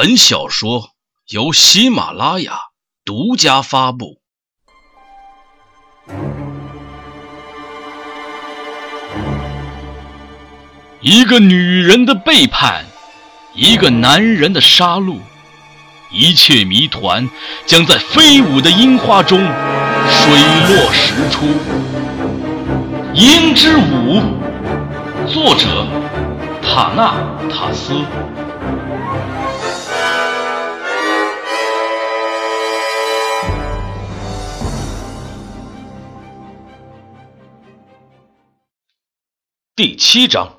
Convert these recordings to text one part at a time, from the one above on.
本小说由喜马拉雅独家发布。一个女人的背叛，一个男人的杀戮，一切谜团将在飞舞的樱花中水落石出。樱之舞，作者塔纳塔斯。第7章。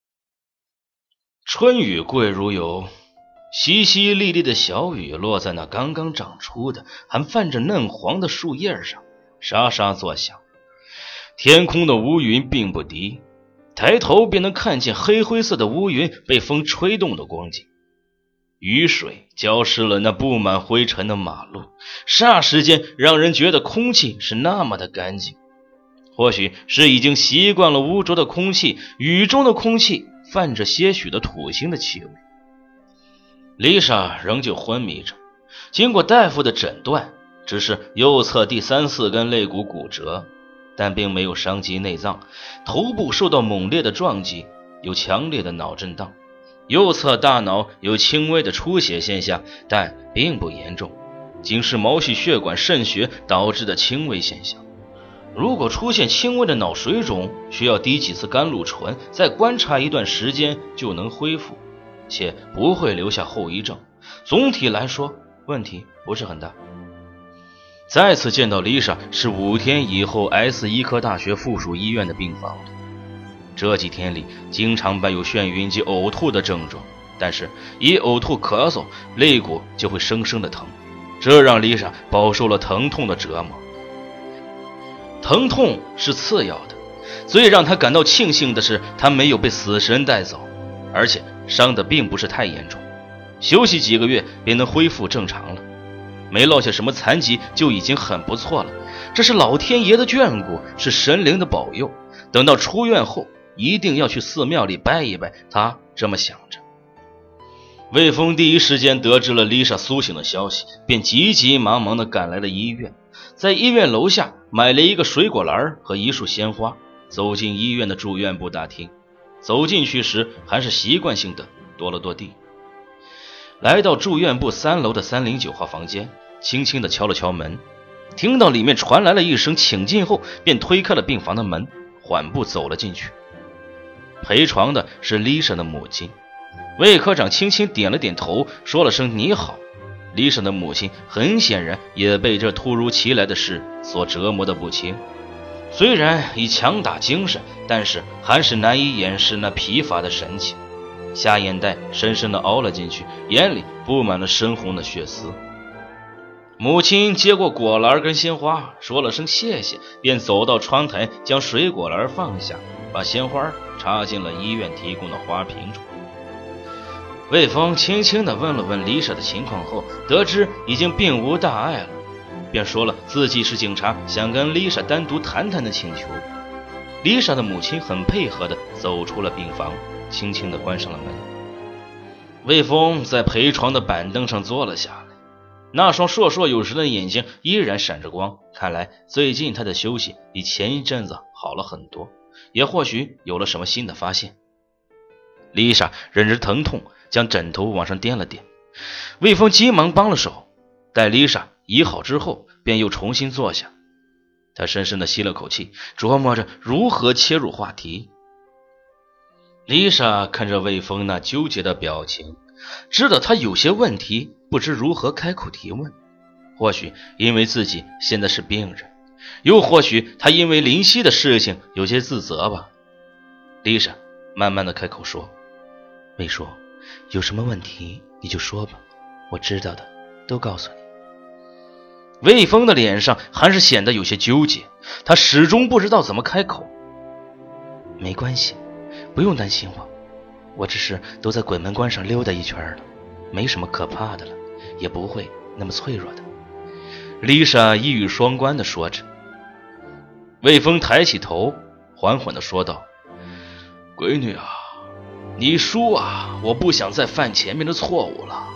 春雨贵如油，淅淅沥沥的小雨落在那刚刚长出的还泛着嫩黄的树叶上，沙沙作响。天空的乌云并不低，抬头便能看见黑灰色的乌云被风吹动的光景。雨水浇湿了那布满灰尘的马路，霎时间让人觉得空气是那么的干净。或许是已经习惯了污浊的空气，雨中的空气泛着些许的土腥的气味。丽莎仍旧昏迷着，经过大夫的诊断，只是右侧第3、4根肋骨骨折，但并没有伤及内脏，头部受到猛烈的撞击，有强烈的脑震荡，右侧大脑有轻微的出血现象，但并不严重，仅是毛细血管渗血导致的轻微现象。如果出现轻微的脑水肿，需要滴几次甘露醇，再观察一段时间就能恢复，且不会留下后遗症。总体来说，问题不是很大。再次见到丽莎是5天以后 S 医科大学附属医院的病房里。这几天里经常伴有眩晕及呕吐的症状，但是一呕吐咳嗽，肋骨就会生生的疼，这让丽莎饱受了疼痛的折磨。疼痛是次要的，最让他感到庆幸的是他没有被死神带走，而且伤得并不是太严重，休息几个月便能恢复正常了，没落下什么残疾就已经很不错了。这是老天爷的眷顾，是神灵的保佑，等到出院后一定要去寺庙里拜一拜，他这么想着。魏峰第一时间得知了丽莎苏醒的消息，便急急忙忙地赶来了医院，在医院楼下买了一个水果篮和一束鲜花，走进医院的住院部大厅。走进去时还是习惯性的跺了跺地，来到住院部3楼的309号房间，轻轻地敲了敲门，听到里面传来了一声请进后，便推开了病房的门，缓步走了进去。陪床的是丽莎的母亲，魏科长轻轻点了点头，说了声你好。丽莎的母亲很显然也被这突如其来的事所折磨得不轻，虽然已强打精神，但是还是难以掩饰那疲乏的神情，下眼袋深深地凹了进去，眼里布满了深红的血丝。母亲接过果篮跟鲜花，说了声谢谢，便走到窗台将水果篮放下，把鲜花插进了医院提供的花瓶中。魏峰轻轻地问了问丽莎的情况后，得知已经并无大碍了，便说了自己是警察，想跟丽莎单独谈谈的请求。丽莎的母亲很配合地走出了病房，轻轻地关上了门。魏峰在陪床的板凳上坐了下来，那双烁烁有神的眼睛依然闪着光，看来最近他的休息比前一阵子好了很多，也或许有了什么新的发现。丽莎忍着疼痛将枕头往上垫了垫，魏峰急忙帮了手，待丽莎医好之后便又重新坐下。他深深地吸了口气，琢磨着如何切入话题。丽莎看着魏峰那纠结的表情，知道他有些问题不知如何开口提问，或许因为自己现在是病人，又或许他因为林夕的事情有些自责吧。丽莎慢慢地开口说，魏叔，有什么问题你就说吧，我知道的都告诉你。魏峰的脸上还是显得有些纠结，他始终不知道怎么开口。没关系，不用担心我只是都在鬼门关上溜达一圈了，没什么可怕的了，也不会那么脆弱的。丽莎一语双关地说着。魏峰抬起头缓缓地说道，闺女啊，你叔啊，我不想再犯前面的错误了。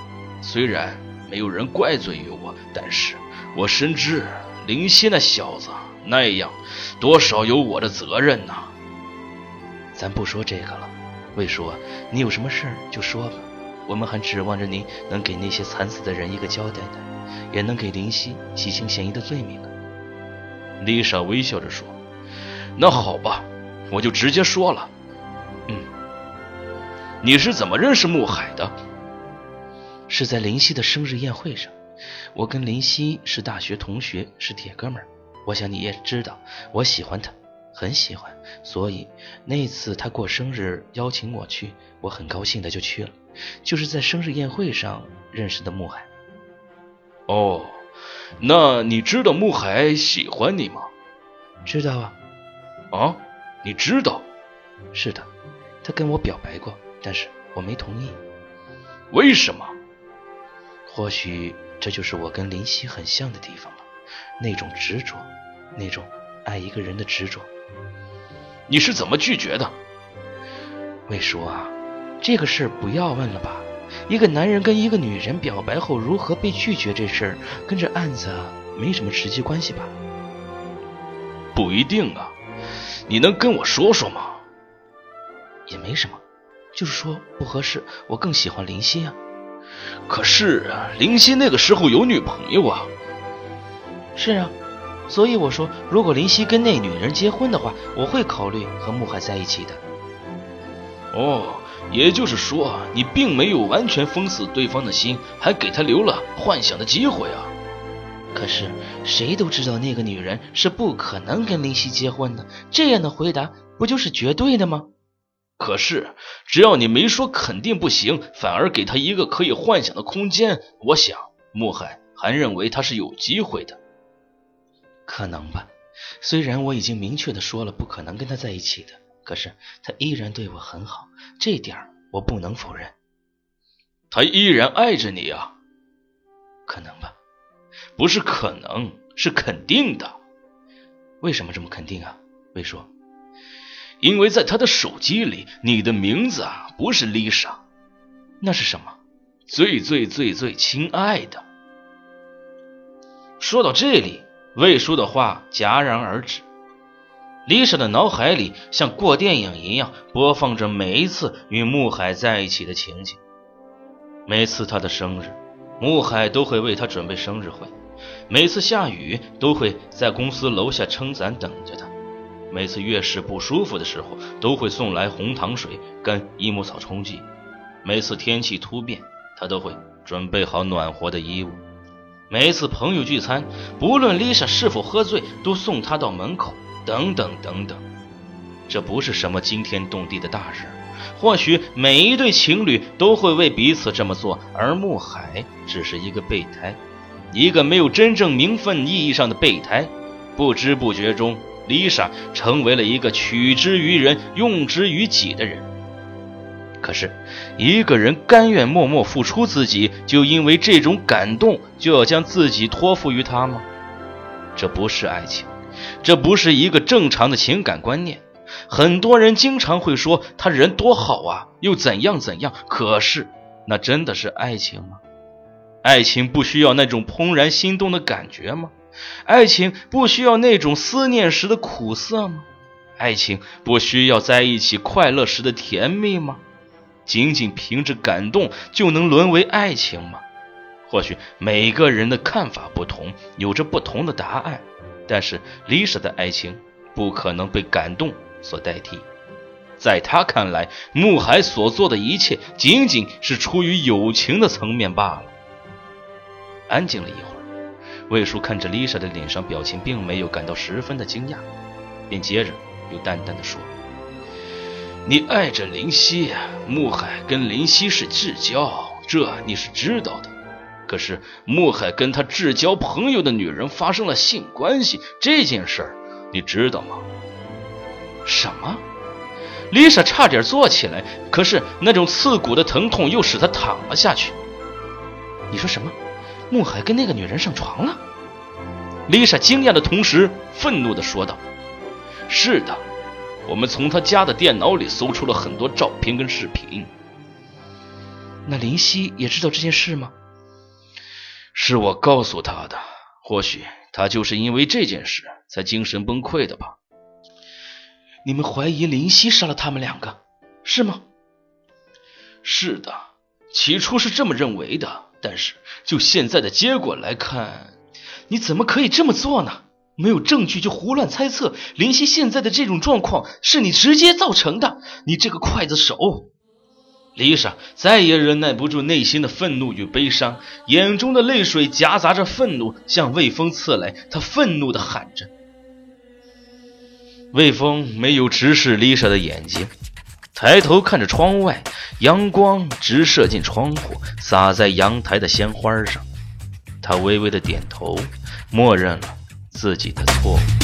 虽然没有人怪罪于我，但是我深知林夕那小子那样，多少有我的责任呐。 咱不说这个了，魏叔，你有什么事就说吧，我们还指望着你能给那些惨死的人一个交代呢，也能给林夕洗清嫌疑的罪名啊。 丽莎微笑着说：“那好吧，我就直接说了。你是怎么认识穆海的？” 是在林夕的生日宴会上，我跟林夕是大学同学，是铁哥们儿。我想你也知道，我喜欢他，很喜欢，所以那次他过生日邀请我去，我很高兴的就去了，就是在生日宴会上认识的穆海。 哦，那你知道穆海喜欢你吗？ 知道啊。 啊，你知道？ 是的，他跟我表白过，但是我没同意。 为什么？ 或许这就是我跟林夕很像的地方吧，那种执着，那种爱一个人的执着。 你是怎么拒绝的？ 魏叔啊，这个事儿不要问了吧。一个男人跟一个女人表白后如何被拒绝这事儿，跟这案子没什么直接关系吧？ 不一定啊，你能跟我说说吗？ 也没什么，就是说不合适，我更喜欢林夕啊。 可是林夕那个时候有女朋友啊。 是啊，所以我说，如果林夕跟那女人结婚的话，我会考虑和穆海在一起的。 哦，也就是说，你并没有完全封死对方的心，还给他留了幻想的机会啊。 可是谁都知道那个女人是不可能跟林夕结婚的，这样的回答不就是绝对的吗？ 可是只要你没说肯定不行，反而给他一个可以幻想的空间，我想穆海还认为他是有机会的。 可能吧，虽然我已经明确的说了不可能跟他在一起的，可是他依然对我很好，这点我不能否认。 他依然爱着你啊。 可能吧。 不是可能，是肯定的。 为什么这么肯定啊，魏叔？ 因为在他的手机里，你的名字不是 Lisa。 那是什么？ 最最最最亲爱的。说到这里，魏叔的话戛然而止。Lisa 的脑海里像过电影一样播放着每一次与穆海在一起的情景。每次他的生日，穆海都会为他准备生日会，每次下雨都会在公司楼下撑伞等着他，每次月事不舒服的时候都会送来红糖水跟益母草冲剂，每次天气突变他都会准备好暖和的衣物，每一次朋友聚餐，不论 Lisa 是否喝醉都送他到门口，等等等等。这不是什么惊天动地的大事，或许每一对情侣都会为彼此这么做，而穆海只是一个备胎，一个没有真正名分意义上的备胎。不知不觉中，Lisa 成为了一个取之于人用之于己的人。可是一个人甘愿默默付出自己，就因为这种感动就要将自己托付于他吗？这不是爱情，这不是一个正常的情感观念。很多人经常会说他人多好啊，又怎样怎样，可是那真的是爱情吗？爱情不需要那种怦然心动的感觉吗？爱情不需要那种思念时的苦涩吗？爱情不需要在一起快乐时的甜蜜吗？仅仅凭着感动就能沦为爱情吗？或许每个人的看法不同，有着不同的答案，但是 Lisa 的爱情不可能被感动所代替。在他看来，穆海所做的一切仅仅是出于友情的层面罢了。安静了一会儿，魏叔看着 Lisa 的脸上表情并没有感到十分的惊讶，便接着又淡淡的说：你爱着林夕，穆海跟林夕是至交，这你是知道的。可是穆海跟他至交朋友的女人发生了性关系，这件事儿你知道吗？什么？Lisa 差点坐起来，可是那种刺骨的疼痛又使她躺了下去。 你说什么？穆海跟那个女人上床了 ？Lisa 惊讶的同时愤怒地说道：是的，我们从他家的电脑里搜出了很多照片跟视频。 那林夕也知道这件事吗？ 是我告诉他的，或许他就是因为这件事才精神崩溃的吧。 你们怀疑林夕杀了他们2个，是吗？ 是的，起初是这么认为的，但是就现在的结果来看， 你怎么可以这么做呢？没有证据就胡乱猜测，林夕现在的这种状况是你直接造成的，你这个刽子手！ 丽莎再也忍耐不住内心的愤怒与悲伤，眼中的泪水夹杂着愤怒向魏峰刺来，她愤怒地喊着。魏峰没有直视丽莎的眼睛，抬头看着窗外，阳光直射进窗户，洒在阳台的鲜花上。他微微的点头，默认了自己的错误。